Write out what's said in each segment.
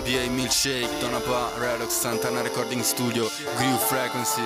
NBA Milkshake, Tonapa, Relox, Santana Recording Studio, Groove Frequency.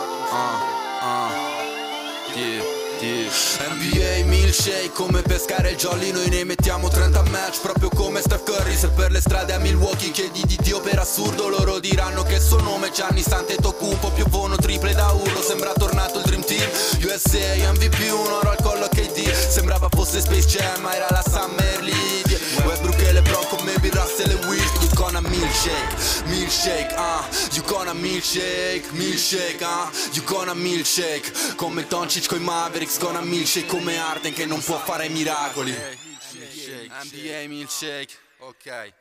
NBA Milkshake, come pescare il jolly, noi ne mettiamo 30 a match, proprio come Steph Curry. Se per le strade a Milwaukee chiedi di Dio per assurdo, loro diranno che il suo nome è Gianni Antetokounmpo. Piovono triple da urlo, sembra tornato il Dream Team. USA MVP, un oro al collo KD, sembrava fosse Space Jam ma era la Summer League. Westbrook e LeBron come Bill Russell e Wilt. You gonna milkshake, milkshake, you gonna milkshake, milkshake, you gonna milkshake. Come Doncic coi Mavericks, gonna milkshake come Harden che non può fare miracoli. NBA milkshake, ok.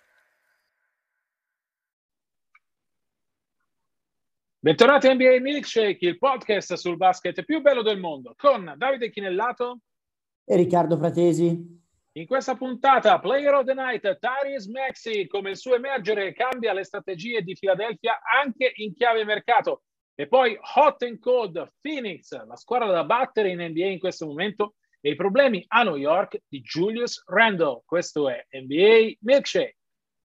Bentornati a NBA Milkshake, il podcast sul basket più bello del mondo, con Davide Chinellato e Riccardo Fratesi. In questa puntata, Player of the Night, Tyrese Maxey, come il suo emergere cambia le strategie di Philadelphia anche in chiave mercato. E poi Hot and Cold, Phoenix, la squadra da battere in NBA in questo momento, e i problemi a New York di Julius Randle. Questo è NBA Milkshake.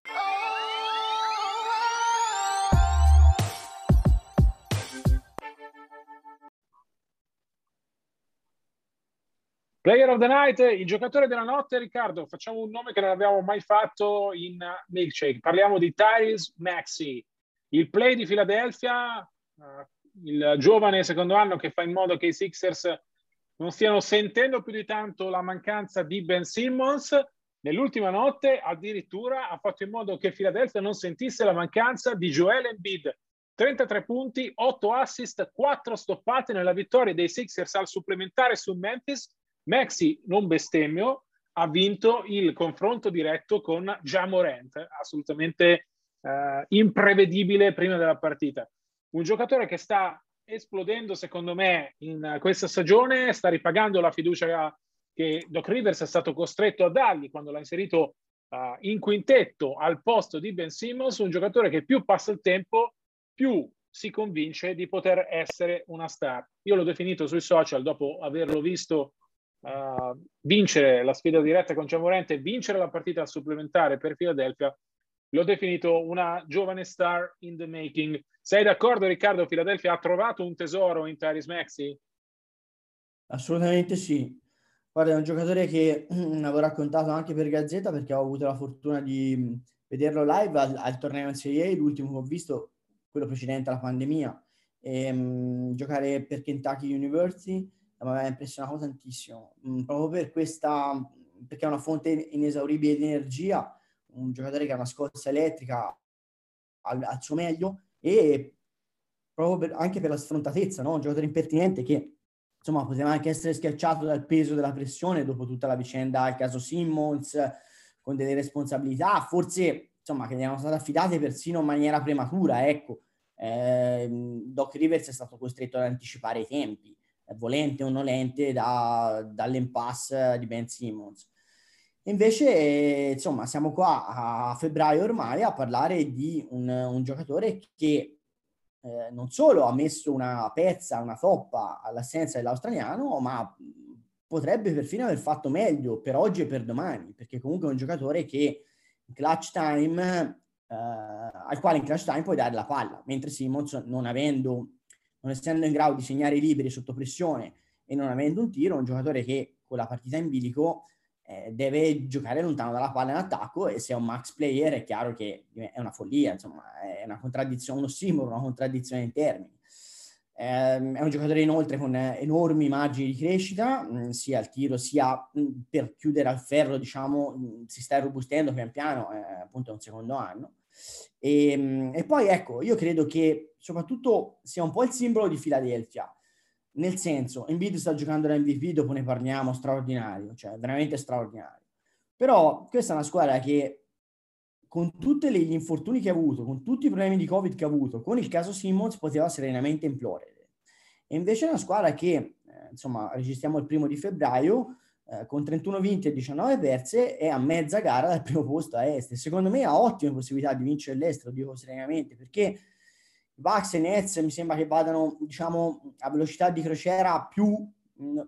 Player of the Night, il giocatore della notte. Riccardo, facciamo un nome che non abbiamo mai fatto in Milkshake. Parliamo di Tyrese Maxey, il play di Philadelphia, il giovane secondo anno che fa in modo che i Sixers non stiano sentendo più di tanto la mancanza di Ben Simmons. Nell'ultima notte addirittura ha fatto in modo che Philadelphia non sentisse la mancanza di Joel Embiid. 33 punti, 8 assist, 4 stoppate nella vittoria dei Sixers al supplementare su Memphis. Maxey, non bestemmio, ha vinto il confronto diretto con Ja Morant, assolutamente imprevedibile prima della partita. Un giocatore che sta esplodendo secondo me in questa stagione, sta ripagando la fiducia che Doc Rivers è stato costretto a dargli quando l'ha inserito in quintetto al posto di Ben Simmons, un giocatore che più passa il tempo più si convince di poter essere una star. Io l'ho definito sui social dopo averlo visto vincere la sfida diretta con Ja Morant e vincere la partita supplementare per Philadelphia. L'ho definito una giovane star in the making. Sei d'accordo, Riccardo? Philadelphia ha trovato un tesoro in Tyrese Maxey? Assolutamente sì. Guarda, è un giocatore che avevo raccontato anche per Gazzetta, perché ho avuto la fortuna di vederlo live al torneo NCAA, l'ultimo che ho visto, quello precedente alla pandemia, e giocare per Kentucky University mi aveva impressionato tantissimo, proprio per questa, perché è una fonte inesauribile di energia, un giocatore che ha una scossa elettrica al suo meglio, e proprio anche per la sfrontatezza, no? Un giocatore impertinente che insomma poteva anche essere schiacciato dal peso della pressione dopo tutta la vicenda, il caso Simmons, con delle responsabilità forse insomma che gli erano state affidate persino in maniera prematura, ecco. Doc Rivers è stato costretto ad anticipare i tempi, volente o nolente, dall'impasse di Ben Simmons. Invece, insomma, siamo qua a febbraio ormai a parlare di un giocatore che non solo ha messo una pezza, una toppa all'assenza dell'australiano, ma potrebbe perfino aver fatto meglio per oggi e per domani, perché comunque è un giocatore che in clutch time, al quale in clutch time puoi dare la palla, mentre Simmons non essendo in grado di segnare i liberi sotto pressione e non avendo un tiro, è un giocatore che con la partita in bilico deve giocare lontano dalla palla in attacco, e se è un max player è chiaro che è una follia, insomma è una contraddizione, un ossimoro, una contraddizione in termini. È un giocatore inoltre con enormi margini di crescita, sia al tiro sia per chiudere al ferro, diciamo, si sta irrobustendo pian piano, appunto è un secondo anno. E poi ecco, io credo che soprattutto sia un po' il simbolo di Philadelphia, nel senso, Embiid sta giocando da MVP, dopo ne parliamo, straordinario, cioè veramente straordinario, però questa è una squadra che con tutti gli infortuni che ha avuto, con tutti i problemi di Covid che ha avuto, con il caso Simmons poteva serenamente implodere, e invece è una squadra che insomma registriamo il 1° di febbraio, con 31 vinti e 19 perse, è a mezza gara dal primo posto a est, e secondo me ha ottime possibilità di vincere l'est, lo dico serenamente, perché Bucks e Nets mi sembra che vadano, diciamo, a velocità di crociera più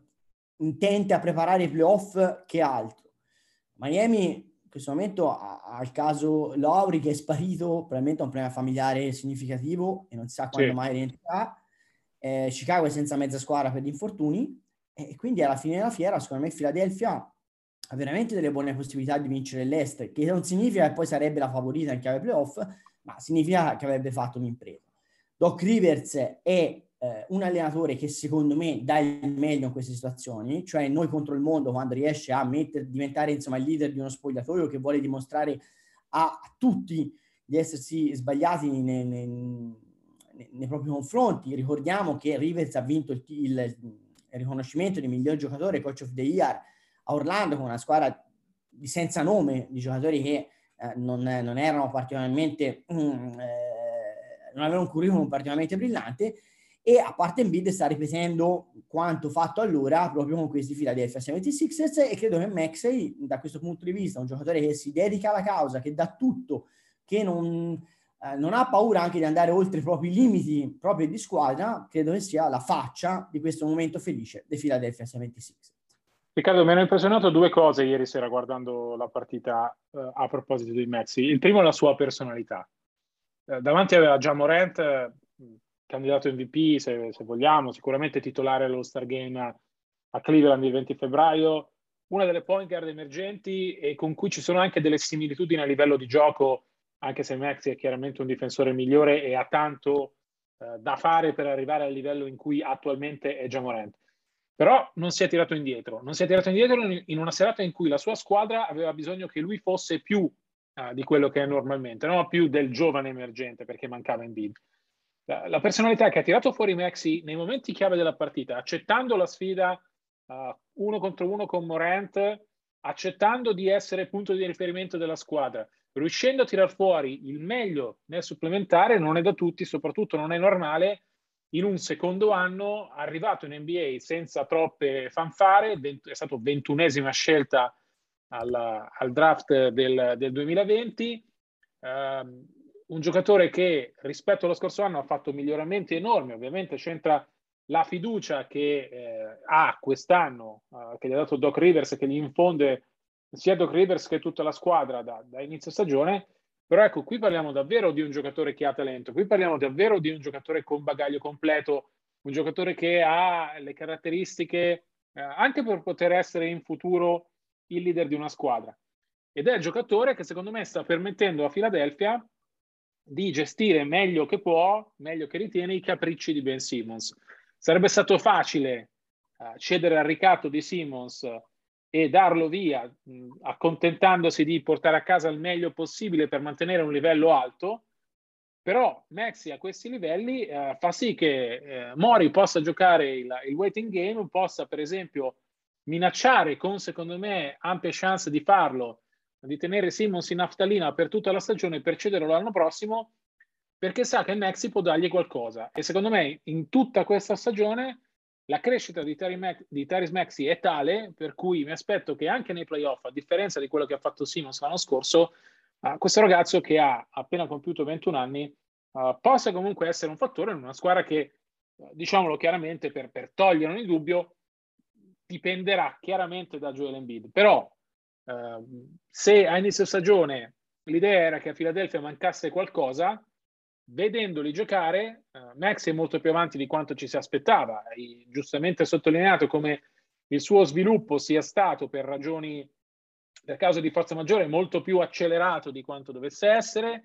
intente a preparare i playoff che altro. Miami in questo momento ha al caso Lowry, che è sparito, probabilmente ha un problema familiare significativo e non si sa quando mai rientrerà. Chicago è senza mezza squadra per gli infortuni, e quindi alla fine della fiera, secondo me, Philadelphia ha veramente delle buone possibilità di vincere l'Est, che non significa che poi sarebbe la favorita in chiave playoff, ma significa che avrebbe fatto un'impresa. Doc Rivers è un allenatore che secondo me dà il meglio in queste situazioni, cioè noi contro il mondo, quando riesce a diventare insomma il leader di uno spogliatoio che vuole dimostrare a tutti di essersi sbagliati nei propri confronti. Ricordiamo che Rivers ha vinto il riconoscimento di miglior giocatore, coach of the year, a Orlando, con una squadra di senza nome, di giocatori che non erano particolarmente non avevano un curriculum particolarmente brillante, e a parte Embiid sta ripetendo quanto fatto allora proprio con questi Philadelphia 76ers, e credo che Maxey, da questo punto di vista, un giocatore che si dedica alla causa, che dà tutto, che non ha paura anche di andare oltre i propri limiti proprio di squadra, credo che sia la faccia di questo momento felice dei Philadelphia 76ers. Riccardo, mi hanno impressionato due cose ieri sera guardando la partita a proposito di Maxey. Il primo è la sua personalità. Davanti aveva Ja Morant, candidato MVP se vogliamo, sicuramente titolare allo Star Game a Cleveland il 20 febbraio, una delle point guard emergenti e con cui ci sono anche delle similitudini a livello di gioco, anche se Maxey è chiaramente un difensore migliore e ha tanto da fare per arrivare al livello in cui attualmente è Ja Morant. Però non si è tirato indietro in una serata in cui la sua squadra aveva bisogno che lui fosse più di quello che è normalmente, non più del giovane emergente, perché mancava Embiid. La personalità che ha tirato fuori Maxey nei momenti chiave della partita, accettando la sfida uno contro uno con Morant, accettando di essere punto di riferimento della squadra, riuscendo a tirar fuori il meglio nel supplementare, non è da tutti, soprattutto non è normale in un secondo anno arrivato in NBA senza troppe fanfare, è stato 21esima scelta al draft del 2020, un giocatore che rispetto allo scorso anno ha fatto miglioramenti enormi. Ovviamente c'entra la fiducia che ha quest'anno, che gli ha dato Doc Rivers, che gli infonde sia Doc Rivers che tutta la squadra da inizio stagione. Però ecco, qui parliamo davvero di un giocatore che ha talento, qui parliamo davvero di un giocatore con bagaglio completo, un giocatore che ha le caratteristiche anche per poter essere in futuro il leader di una squadra. Ed è il giocatore che secondo me sta permettendo a Philadelphia di gestire meglio che può, meglio che ritiene, i capricci di Ben Simmons. Sarebbe stato facile cedere al ricatto di Simmons e darlo via, accontentandosi di portare a casa il meglio possibile per mantenere un livello alto, però Maxey a questi livelli fa sì che Mori possa giocare il waiting game, possa per esempio minacciare con, secondo me, ampie chance di farlo, di tenere Simmons in naftalina per tutta la stagione per cederlo l'anno prossimo, perché sa che Maxey può dargli qualcosa. E secondo me in tutta questa stagione la crescita di Tyrese Maxey è tale per cui mi aspetto che anche nei playoff, a differenza di quello che ha fatto Simmons l'anno scorso, questo ragazzo che ha appena compiuto 21 anni possa comunque essere un fattore in una squadra che, diciamolo chiaramente, per togliere ogni dubbio, dipenderà chiaramente da Joel Embiid. Però se a inizio stagione l'idea era che a Philadelphia mancasse qualcosa, vedendoli giocare, Maxey è molto più avanti di quanto ci si aspettava. Hai giustamente sottolineato come il suo sviluppo sia stato per causa di forza maggiore molto più accelerato di quanto dovesse essere,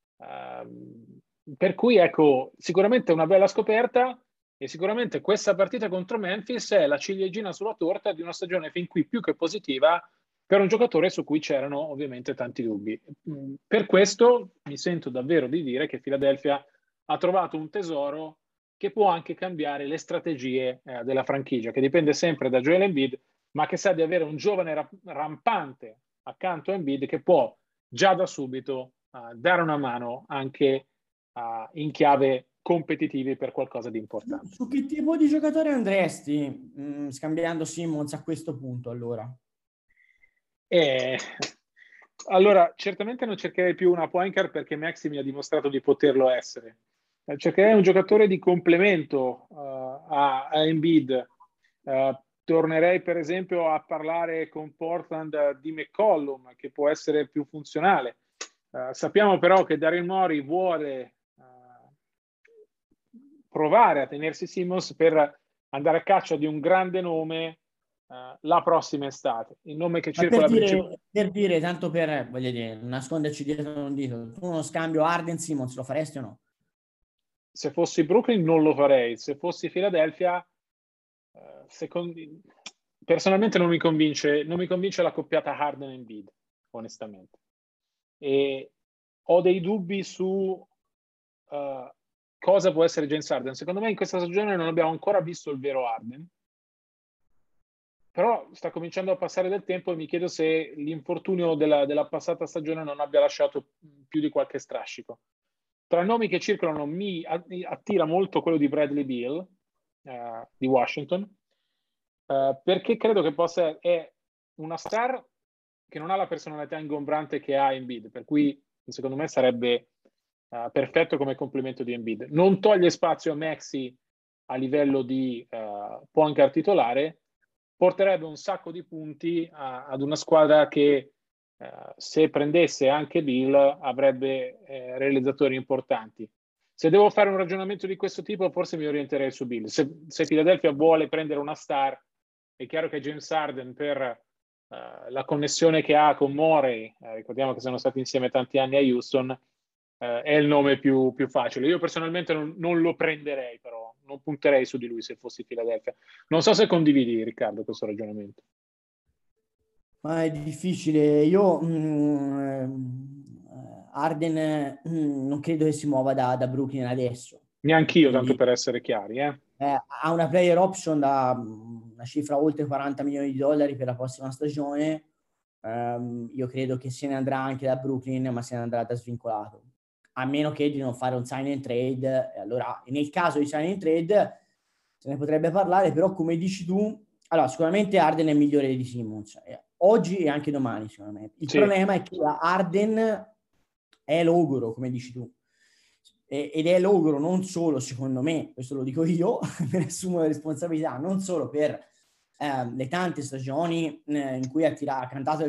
per cui ecco, sicuramente una bella scoperta, e sicuramente questa partita contro Memphis è la ciliegina sulla torta di una stagione fin qui più che positiva per un giocatore su cui c'erano ovviamente tanti dubbi. Per questo mi sento davvero di dire che Philadelphia ha trovato un tesoro che può anche cambiare le strategie della franchigia, che dipende sempre da Joel Embiid, ma che sa di avere un giovane rampante accanto a Embiid che può già da subito dare una mano anche in chiave competitivi per qualcosa di importante. Su che tipo di giocatore andresti scambiando Simmons a questo punto allora? Allora, certamente non cercherei più una point guard perché Maxey mi ha dimostrato di poterlo essere. Cercherei un giocatore di complemento a Embiid, tornerei per esempio a parlare con Portland di McCollum, che può essere più funzionale. Sappiamo però che Daryl Morey vuole provare a tenersi Simmons per andare a caccia di un grande nome la prossima estate. Il nome che circola per dire, tanto per, voglio dire, nasconderci dietro un dito, tu uno scambio Harden-Simmons lo faresti o no? Se fossi Brooklyn non lo farei, se fossi Philadelphia personalmente non mi convince la coppiata Harden-Embiid, onestamente. E ho dei dubbi su cosa può essere James Harden. Secondo me in questa stagione non abbiamo ancora visto il vero Harden, però sta cominciando a passare del tempo e mi chiedo se l'infortunio della passata stagione non abbia lasciato più di qualche strascico. Tra i nomi che circolano mi attira molto quello di Bradley Beal di Washington, perché credo che è una star che non ha la personalità ingombrante che ha Embiid, per cui secondo me sarebbe perfetto come complemento di Embiid. Non toglie spazio a Maxey a livello di point guard titolare, porterebbe un sacco di punti ad una squadra che se prendesse anche Bill avrebbe realizzatori importanti. Se devo fare un ragionamento di questo tipo forse mi orienterei su Bill. Se Philadelphia vuole prendere una star, è chiaro che James Harden, per la connessione che ha con Morey, ricordiamo che sono stati insieme tanti anni a Houston, è il nome più facile. Io personalmente non lo prenderei, però non punterei su di lui se fossi Philadelphia. Non so se condividi, Riccardo, questo ragionamento. Ma è difficile. Io Harden non credo che si muova da Brooklyn adesso. Neanch'io, tanto per essere chiari. Ha una player option da una cifra oltre 40 milioni di dollari per la prossima stagione. Io credo che se ne andrà anche da Brooklyn, ma se ne andrà da svincolato. A meno che di non fare un sign and trade. Allora, nel caso di sign and trade se ne potrebbe parlare, però come dici tu, allora sicuramente Harden è migliore di Simmons. Oggi e anche domani, secondo me. Il problema è che Harden è logoro, come dici tu. Ed è logoro non solo, secondo me, questo lo dico io, me ne assumo la responsabilità, non solo per le tante stagioni in cui ha cantato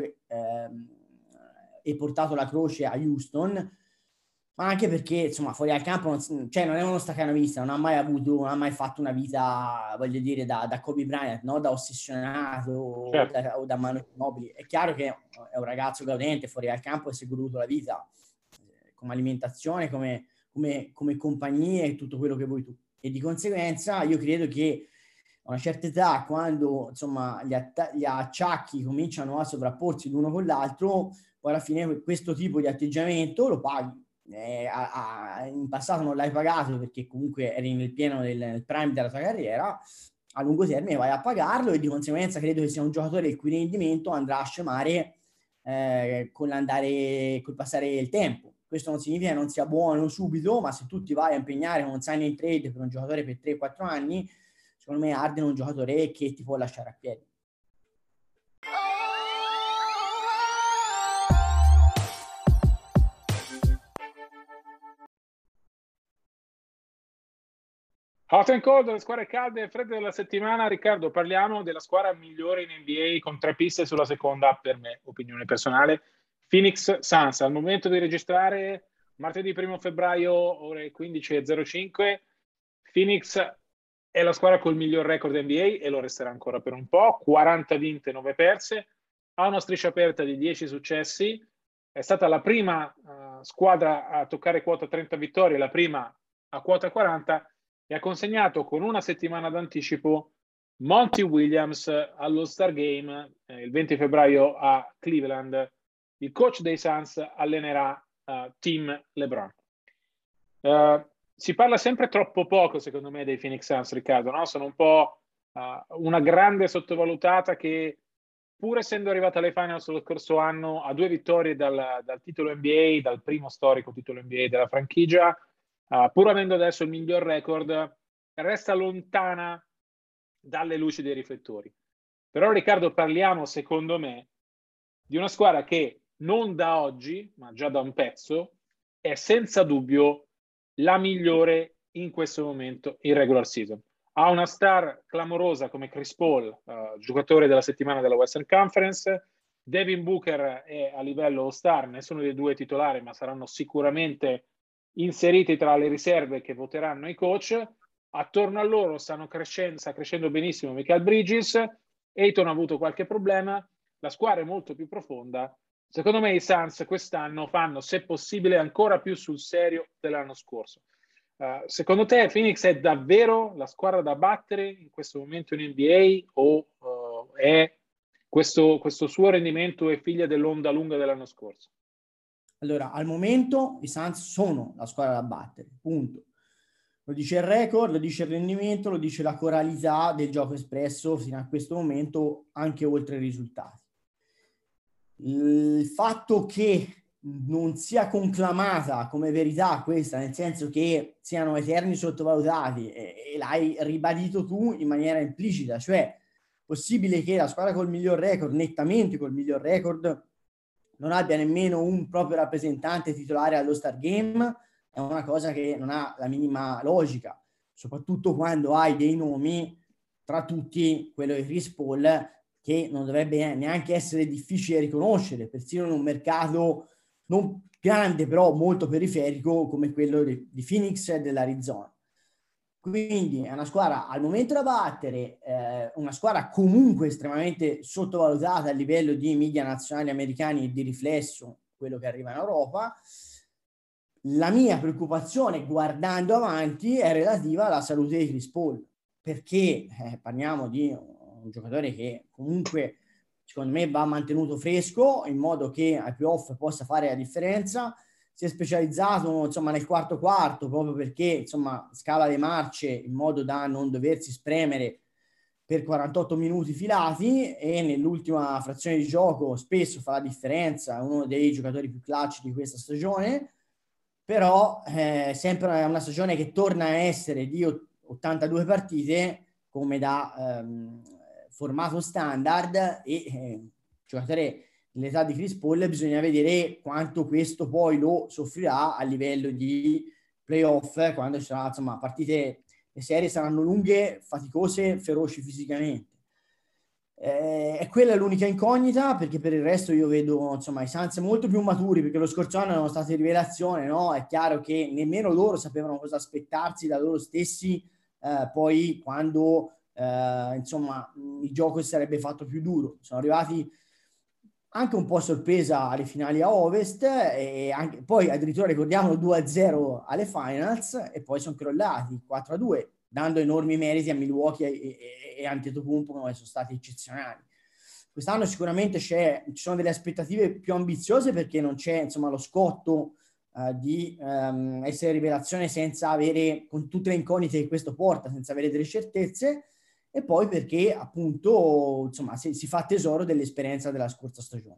e portato la croce a Houston, ma anche perché, insomma, fuori dal campo non è uno staccanovista, non ha mai fatto una vita, voglio dire, da Kobe Bryant, no? Da ossessionato, certo, o da mano mobili. È chiaro che è un ragazzo gaudente, fuori dal campo, e si è goduto la vita, come alimentazione, come compagnia e tutto quello che vuoi tu. E di conseguenza io credo che a una certa età, quando insomma gli acciacchi cominciano a sovrapporsi l'uno con l'altro, poi alla fine questo tipo di atteggiamento lo paghi. In passato non l'hai pagato perché comunque eri nel pieno del prime della tua carriera, a lungo termine vai a pagarlo, e di conseguenza credo che sia un giocatore il cui rendimento andrà a scemare col passare del tempo. Questo non significa che non sia buono subito, ma se tu ti vai a impegnare con un sign and trade per un giocatore per 3-4 anni, secondo me Harden è un giocatore che ti può lasciare a piedi. Hot and cold, le squadre calde e fredde della settimana. Riccardo, parliamo della squadra migliore in NBA con 3 piste sulla seconda, per me, opinione personale, Phoenix Suns. Al momento di registrare, martedì 1 febbraio, ore 15:05, Phoenix è la squadra col miglior record NBA e lo resterà ancora per un po', 40 vinte, 9 perse, ha una striscia aperta di 10 successi, è stata la prima squadra a toccare quota 30 vittorie, la prima a quota 40, e ha consegnato con una settimana d'anticipo Monty Williams all'All-Star Game il 20 febbraio a Cleveland. Il coach dei Suns allenerà Team LeBron. Si parla sempre troppo poco, secondo me, dei Phoenix Suns, Riccardo, no? Sono un po' una grande sottovalutata che, pur essendo arrivata alle finals lo scorso anno, a 2 vittorie dal titolo NBA, dal primo storico titolo NBA della franchigia, pur avendo adesso il miglior record, resta lontana dalle luci dei riflettori. Però, Riccardo, parliamo, secondo me, di una squadra che non da oggi, ma già da un pezzo, è senza dubbio la migliore in questo momento in regular season. Ha una star clamorosa come Chris Paul, giocatore della settimana della Western Conference. Devin Booker è a livello all-star, nessuno dei due è titolare, ma saranno sicuramente inseriti tra le riserve che voteranno i coach. Attorno a loro sta crescendo benissimo Michael Bridges. Ayton ha avuto qualche problema, la squadra è molto più profonda. Secondo me i Suns quest'anno fanno, se possibile, ancora più sul serio dell'anno scorso. Secondo te Phoenix è davvero la squadra da battere in questo momento in NBA o è questo suo rendimento è figlia dell'onda lunga dell'anno scorso? Allora, al momento i Suns sono la squadra da battere, punto. Lo dice il record, lo dice il rendimento, lo dice la coralità del gioco espresso fino a questo momento, anche oltre i risultati. Il fatto che non sia conclamata come verità questa, nel senso che siano eterni sottovalutati, e l'hai ribadito tu in maniera implicita, cioè possibile che la squadra col miglior record, nettamente col miglior record, non abbia nemmeno un proprio rappresentante titolare allo Star Game, è una cosa che non ha la minima logica, soprattutto quando hai dei nomi, tra tutti quello di Chris Paul, che non dovrebbe neanche essere difficile riconoscere, persino in un mercato non grande, però molto periferico come quello di Phoenix e dell'Arizona. Quindi è una squadra al momento da battere, una squadra comunque estremamente sottovalutata a livello di media nazionali americani e di riflesso quello che arriva in Europa. La mia preoccupazione guardando avanti è relativa alla salute di Chris Paul, perché parliamo di un giocatore che comunque secondo me va mantenuto fresco in modo che ai playoff possa fare la differenza. Si è specializzato insomma nel quarto proprio perché insomma scala le marce in modo da non doversi spremere per 48 minuti filati, e nell'ultima frazione di gioco spesso fa la differenza, è uno dei giocatori più clutch di questa stagione. Però sempre una stagione che torna a essere di 82 partite come da formato standard, e giocatore dell'età di Chris Paul bisogna vedere quanto questo poi lo soffrirà a livello di playoff, quando ci sarà insomma partite, le serie saranno lunghe, faticose, feroci fisicamente. È quella l'unica incognita, perché per il resto io vedo insomma i Suns molto più maturi, perché lo scorso anno erano state rivelazione, no? È chiaro che nemmeno loro sapevano cosa aspettarsi da loro stessi poi quando insomma il gioco si sarebbe fatto più duro. Sono arrivati anche un po' a sorpresa alle finali a Ovest, e anche, poi addirittura ricordiamo 2-0 alle finals, e poi sono crollati 4-2, dando enormi meriti a Milwaukee e Antetokounmpo, che sono stati eccezionali. Quest'anno sicuramente ci sono delle aspettative più ambiziose, perché non c'è insomma lo scotto di essere rivelazione senza avere, con tutte le incognite che questo porta, senza avere delle certezze, e poi perché appunto insomma si fa tesoro dell'esperienza della scorsa stagione.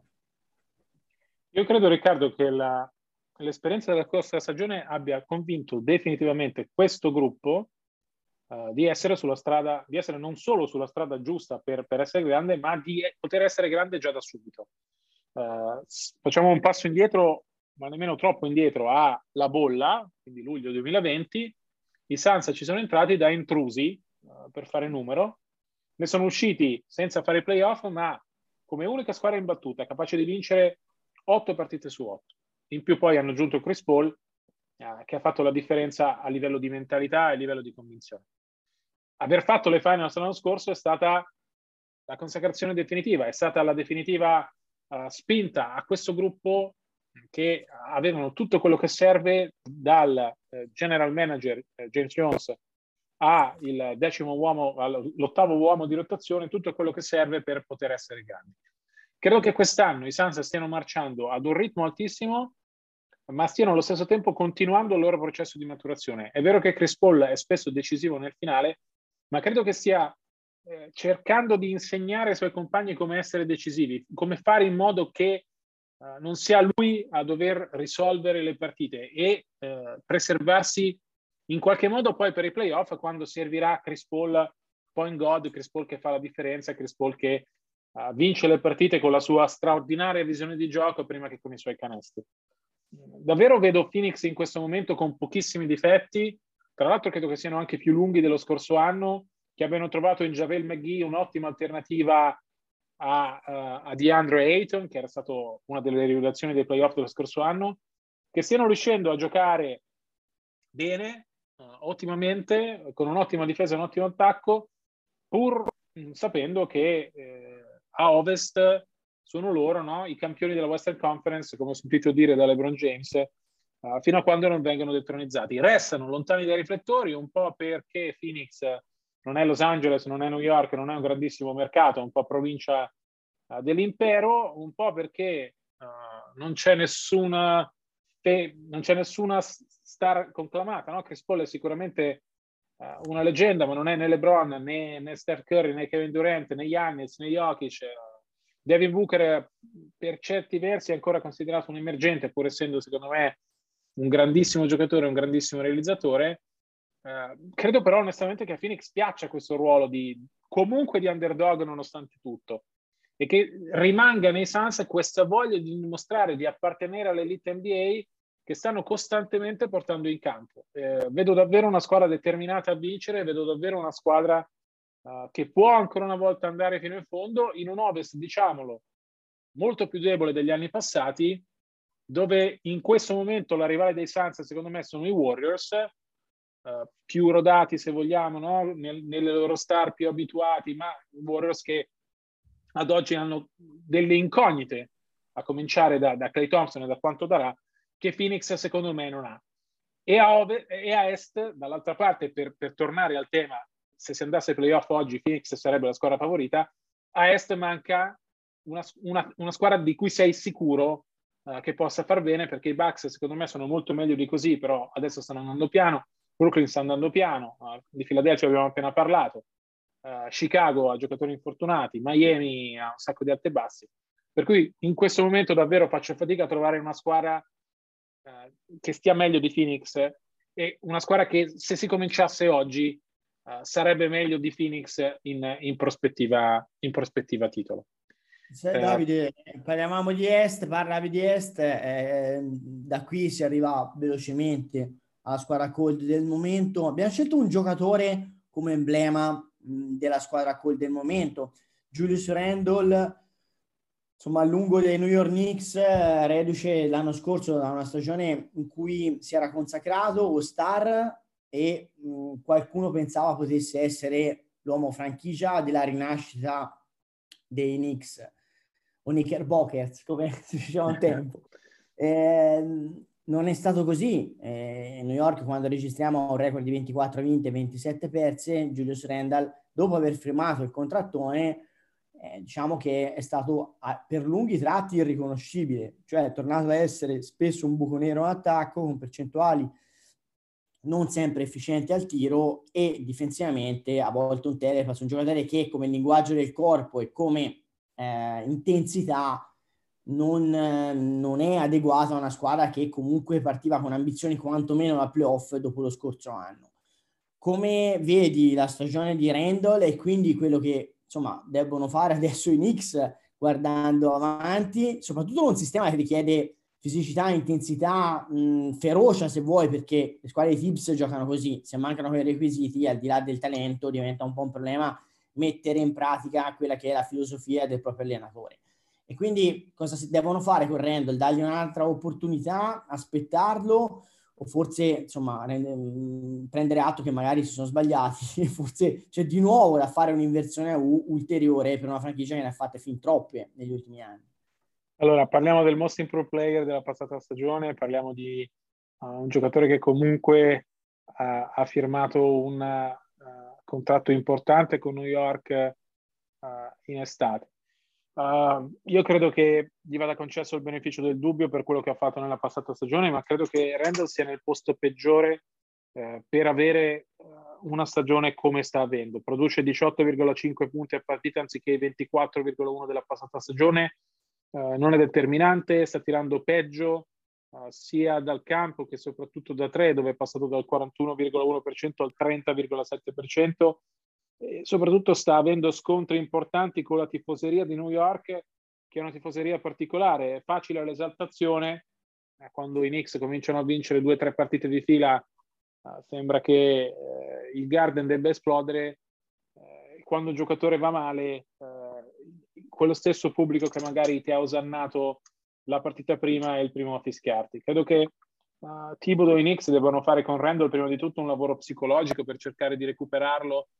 Io credo, Riccardo, che l'esperienza della scorsa stagione abbia convinto definitivamente questo gruppo di essere sulla strada, di essere non solo sulla strada giusta per essere grande, ma di poter essere grande già da subito. Facciamo un passo indietro, ma nemmeno troppo indietro, alla bolla, quindi luglio 2020. I Suns ci sono entrati da intrusi, per fare numero, ne sono usciti senza fare playoff, ma come unica squadra imbattuta, capace di vincere 8 partite su 8. In più poi hanno aggiunto Chris Paul, che ha fatto la differenza a livello di mentalità e a livello di convinzione. Aver fatto le finals l'anno scorso è stata la consacrazione definitiva, è stata la definitiva spinta a questo gruppo, che avevano tutto quello che serve, dal general manager James Jones il decimo uomo, all'ottavo uomo di rotazione, tutto quello che serve per poter essere grandi. Credo che quest'anno i Suns stiano marciando ad un ritmo altissimo, ma stiano allo stesso tempo continuando il loro processo di maturazione. È vero che Chris Paul è spesso decisivo nel finale, ma credo che stia cercando di insegnare ai suoi compagni come essere decisivi, come fare in modo che non sia lui a dover risolvere le partite e preservarsi in qualche modo poi per i playoff, quando servirà Chris Paul point god, Chris Paul che fa la differenza, Chris Paul che vince le partite con la sua straordinaria visione di gioco prima che con i suoi canestri. Davvero vedo Phoenix in questo momento con pochissimi difetti, tra l'altro credo che siano anche più lunghi dello scorso anno, che abbiano trovato in JaVale McGee un'ottima alternativa a DeAndre Ayton, che era stato una delle rivelazioni dei playoff dello scorso anno, che stiano riuscendo a giocare bene, ottimamente, con un'ottima difesa e un ottimo attacco, pur sapendo che a Ovest sono loro, no? I campioni della Western Conference, come ho sentito dire da LeBron James, fino a quando non vengono detronizzati. Restano lontani dai riflettori, un po' perché Phoenix non è Los Angeles, non è New York, non è un grandissimo mercato, è un po' provincia dell'impero, un po' perché non c'è nessuna star conclamata, no? Chris Paul è sicuramente una leggenda, ma non è né LeBron, né Steph Curry, né Kevin Durant, né Giannis, né Jokic. Devin Booker per certi versi è ancora considerato un emergente, pur essendo secondo me un grandissimo giocatore, un grandissimo realizzatore. Credo però onestamente che a Phoenix piaccia questo ruolo comunque di underdog nonostante tutto, e che rimanga nei Suns questa voglia di dimostrare di appartenere all'elite NBA che stanno costantemente portando in campo. Vedo davvero una squadra determinata a vincere, vedo davvero una squadra che può ancora una volta andare fino in fondo in un Ovest, diciamolo, molto più debole degli anni passati, dove in questo momento la rivale dei Suns secondo me sono i Warriors, più rodati se vogliamo, no? Nelle loro star più abituati, ma i Warriors che ad oggi hanno delle incognite, a cominciare da Klay Thompson e da quanto darà, che Phoenix secondo me non ha. E a Est, dall'altra parte, per tornare al tema, se si andasse ai playoff oggi Phoenix sarebbe la squadra favorita, a Est manca una squadra di cui sei sicuro che possa far bene, perché i Bucks secondo me sono molto meglio di così, però adesso stanno andando piano, Brooklyn sta andando piano, di Philadelphia abbiamo appena parlato, Chicago ha giocatori infortunati, Miami ha un sacco di alti e bassi, per cui in questo momento davvero faccio fatica a trovare una squadra che stia meglio di Phoenix, e una squadra che se si cominciasse oggi sarebbe meglio di Phoenix in prospettiva titolo. Davide, parlavamo di Est, parlavi di Est, da qui si arriva velocemente alla squadra cold del momento. Abbiamo scelto un giocatore come emblema della squadra cold del momento, Julius Randle, insomma a lungo dei New York Knicks, reduce l'anno scorso da una stagione in cui si era consacrato All-Star e qualcuno pensava potesse essere l'uomo franchigia della rinascita dei Knicks, o Knickerbockers come si diceva un tempo. Non è stato così. New York, quando registriamo un record di 24 vinte e 27 perse, Julius Randle, dopo aver firmato il contrattone, diciamo che è stato per lunghi tratti irriconoscibile, cioè è tornato a essere spesso un buco nero in attacco, con percentuali non sempre efficienti al tiro, e difensivamente a volte un telepass, un giocatore che come linguaggio del corpo e come intensità non è adeguato a una squadra che comunque partiva con ambizioni quantomeno da playoff dopo lo scorso anno. Come vedi la stagione di Randle e quindi quello che insomma debbono fare adesso i Knicks guardando avanti, soprattutto con un sistema che richiede fisicità, intensità, ferocia se vuoi, perché le squadre di Tibbs giocano così, se mancano quei requisiti al di là del talento diventa un po' un problema mettere in pratica quella che è la filosofia del proprio allenatore. E quindi cosa si devono fare con Randle? Dargli un'altra opportunità, aspettarlo, o forse insomma prendere atto che magari si sono sbagliati e forse c'è di nuovo da fare un'inversione ulteriore per una franchigia che ne ha fatte fin troppe negli ultimi anni. Allora, parliamo del most improved player della passata stagione, parliamo di un giocatore che comunque ha firmato un contratto importante con New York in estate. Io credo che gli vada concesso il beneficio del dubbio per quello che ha fatto nella passata stagione, ma credo che Randle sia nel posto peggiore per avere una stagione come sta avendo. Produce 18,5 punti a partita anziché i 24,1 della passata stagione, non è determinante, sta tirando peggio sia dal campo che soprattutto da tre, dove è passato dal 41,1% al 30,7%. E soprattutto sta avendo scontri importanti con la tifoseria di New York, che è una tifoseria particolare. È facile l'esaltazione quando i Knicks cominciano a vincere 2 o 3 partite di fila sembra che il Garden debba esplodere. Quando un giocatore va male, quello stesso pubblico che magari ti ha osannato la partita prima è il primo a fischiarti. Credo che Thibodeau e i Knicks debbano fare con Randle prima di tutto un lavoro psicologico per cercare di recuperarlo.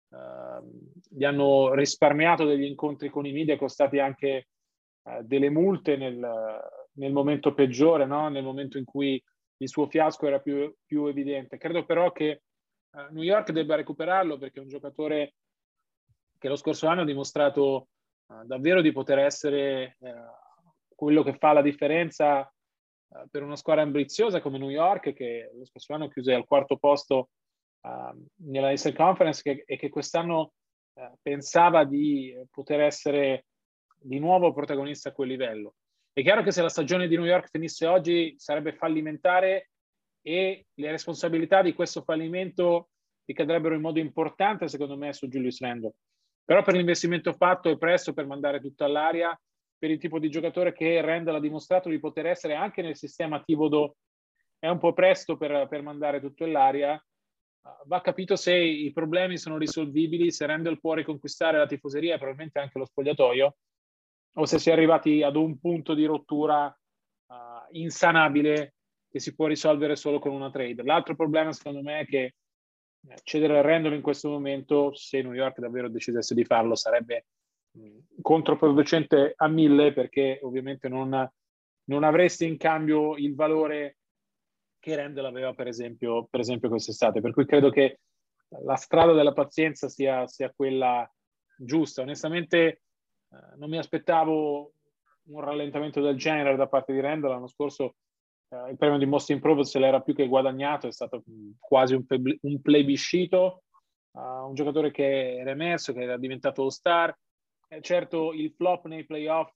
Gli hanno risparmiato degli incontri con i media, costati anche delle multe nel momento peggiore, no? Nel momento in cui il suo fiasco era più evidente. Credo però che New York debba recuperarlo, perché è un giocatore che lo scorso anno ha dimostrato davvero di poter essere quello che fa la differenza per una squadra ambiziosa come New York, che lo scorso anno chiuse al 4º posto nella Eastern Conference e che quest'anno pensava di poter essere di nuovo protagonista a quel livello. È chiaro che se la stagione di New York finisse oggi sarebbe fallimentare, e le responsabilità di questo fallimento ricadrebbero in modo importante, secondo me, su Julius Randle. Però per l'investimento fatto è presto per mandare tutto all'aria, per il tipo di giocatore che Randle ha dimostrato di poter essere anche nel sistema Thibodeau. È un po' presto per mandare tutto all'aria. Va capito se i problemi sono risolvibili, se Randle può riconquistare la tifoseria e probabilmente anche lo spogliatoio, o se si è arrivati ad un punto di rottura insanabile che si può risolvere solo con una trade. L'altro problema, secondo me, è che cedere a Randle in questo momento, se New York davvero decidesse di farlo, sarebbe controproducente a 1000, perché ovviamente non avresti in cambio il valore che Randle aveva per esempio quest'estate. Per cui credo che la strada della pazienza sia quella giusta. Onestamente non mi aspettavo un rallentamento del genere da parte di Randle. L'anno scorso il premio di Most Improved se l'era più che guadagnato, è stato quasi un plebiscito, un giocatore che era emerso, che era diventato All-Star. Certo, il flop nei playoff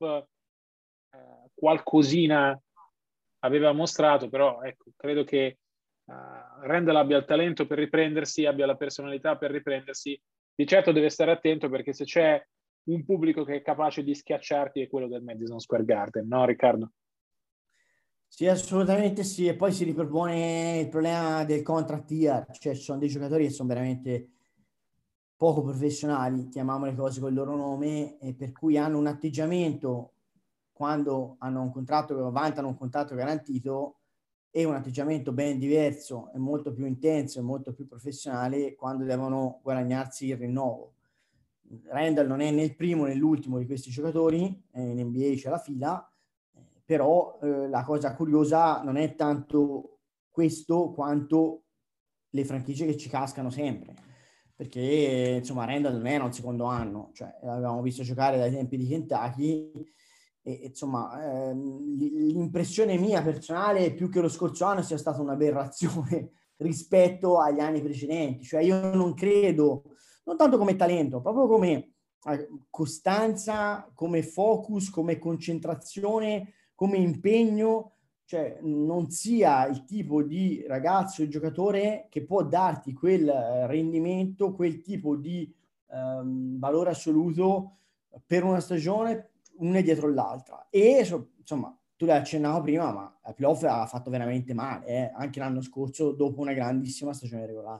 qualcosina aveva mostrato, però ecco, credo che Randle abbia il talento per riprendersi, abbia la personalità per riprendersi. Di certo deve stare attento, perché se c'è un pubblico che è capace di schiacciarti è quello del Madison Square Garden, no Riccardo? Sì, assolutamente sì, e poi si ripropone il problema del contract year, cioè ci sono dei giocatori che sono veramente poco professionali, chiamiamo le cose con il loro nome, e per cui hanno un atteggiamento quando hanno un contratto, vantano un contratto garantito, e un atteggiamento ben diverso e molto più intenso e molto più professionale quando devono guadagnarsi il rinnovo. Randle non è né il primo né l'ultimo di questi giocatori, in NBA c'è la fila, però la cosa curiosa non è tanto questo quanto le franchigie che ci cascano sempre, perché insomma Randle non era un secondo anno, cioè l'avevamo visto giocare dai tempi di Kentucky, e insomma l'impressione mia personale è più che lo scorso anno sia stata un'aberrazione rispetto agli anni precedenti. Cioè io non credo, non tanto come talento, proprio come costanza, come focus, come concentrazione, come impegno, cioè non sia il tipo di ragazzo e giocatore che può darti quel rendimento, quel tipo di valore assoluto per una stagione, una dietro l'altra. E insomma, tu l'hai accennato prima, ma la playoff ha fatto veramente male, anche l'anno scorso dopo una grandissima stagione regolare.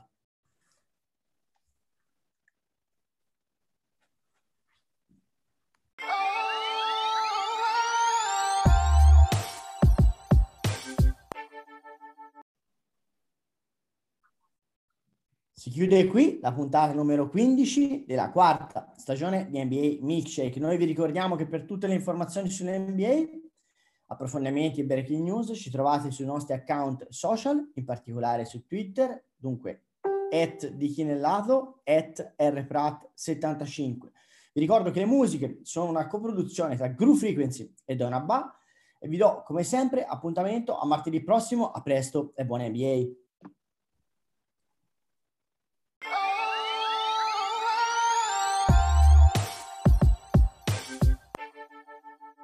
Si chiude qui la puntata numero 15 della 4ª stagione di NBA Milkshake. Noi vi ricordiamo che per tutte le informazioni sull'NBA, approfondimenti e breaking news ci trovate sui nostri account social, in particolare su Twitter, dunque @dichinellato, @rprat75. Vi ricordo che le musiche sono una coproduzione tra Groove Frequency e Donabba, e vi do come sempre appuntamento a martedì prossimo. A presto e buona NBA!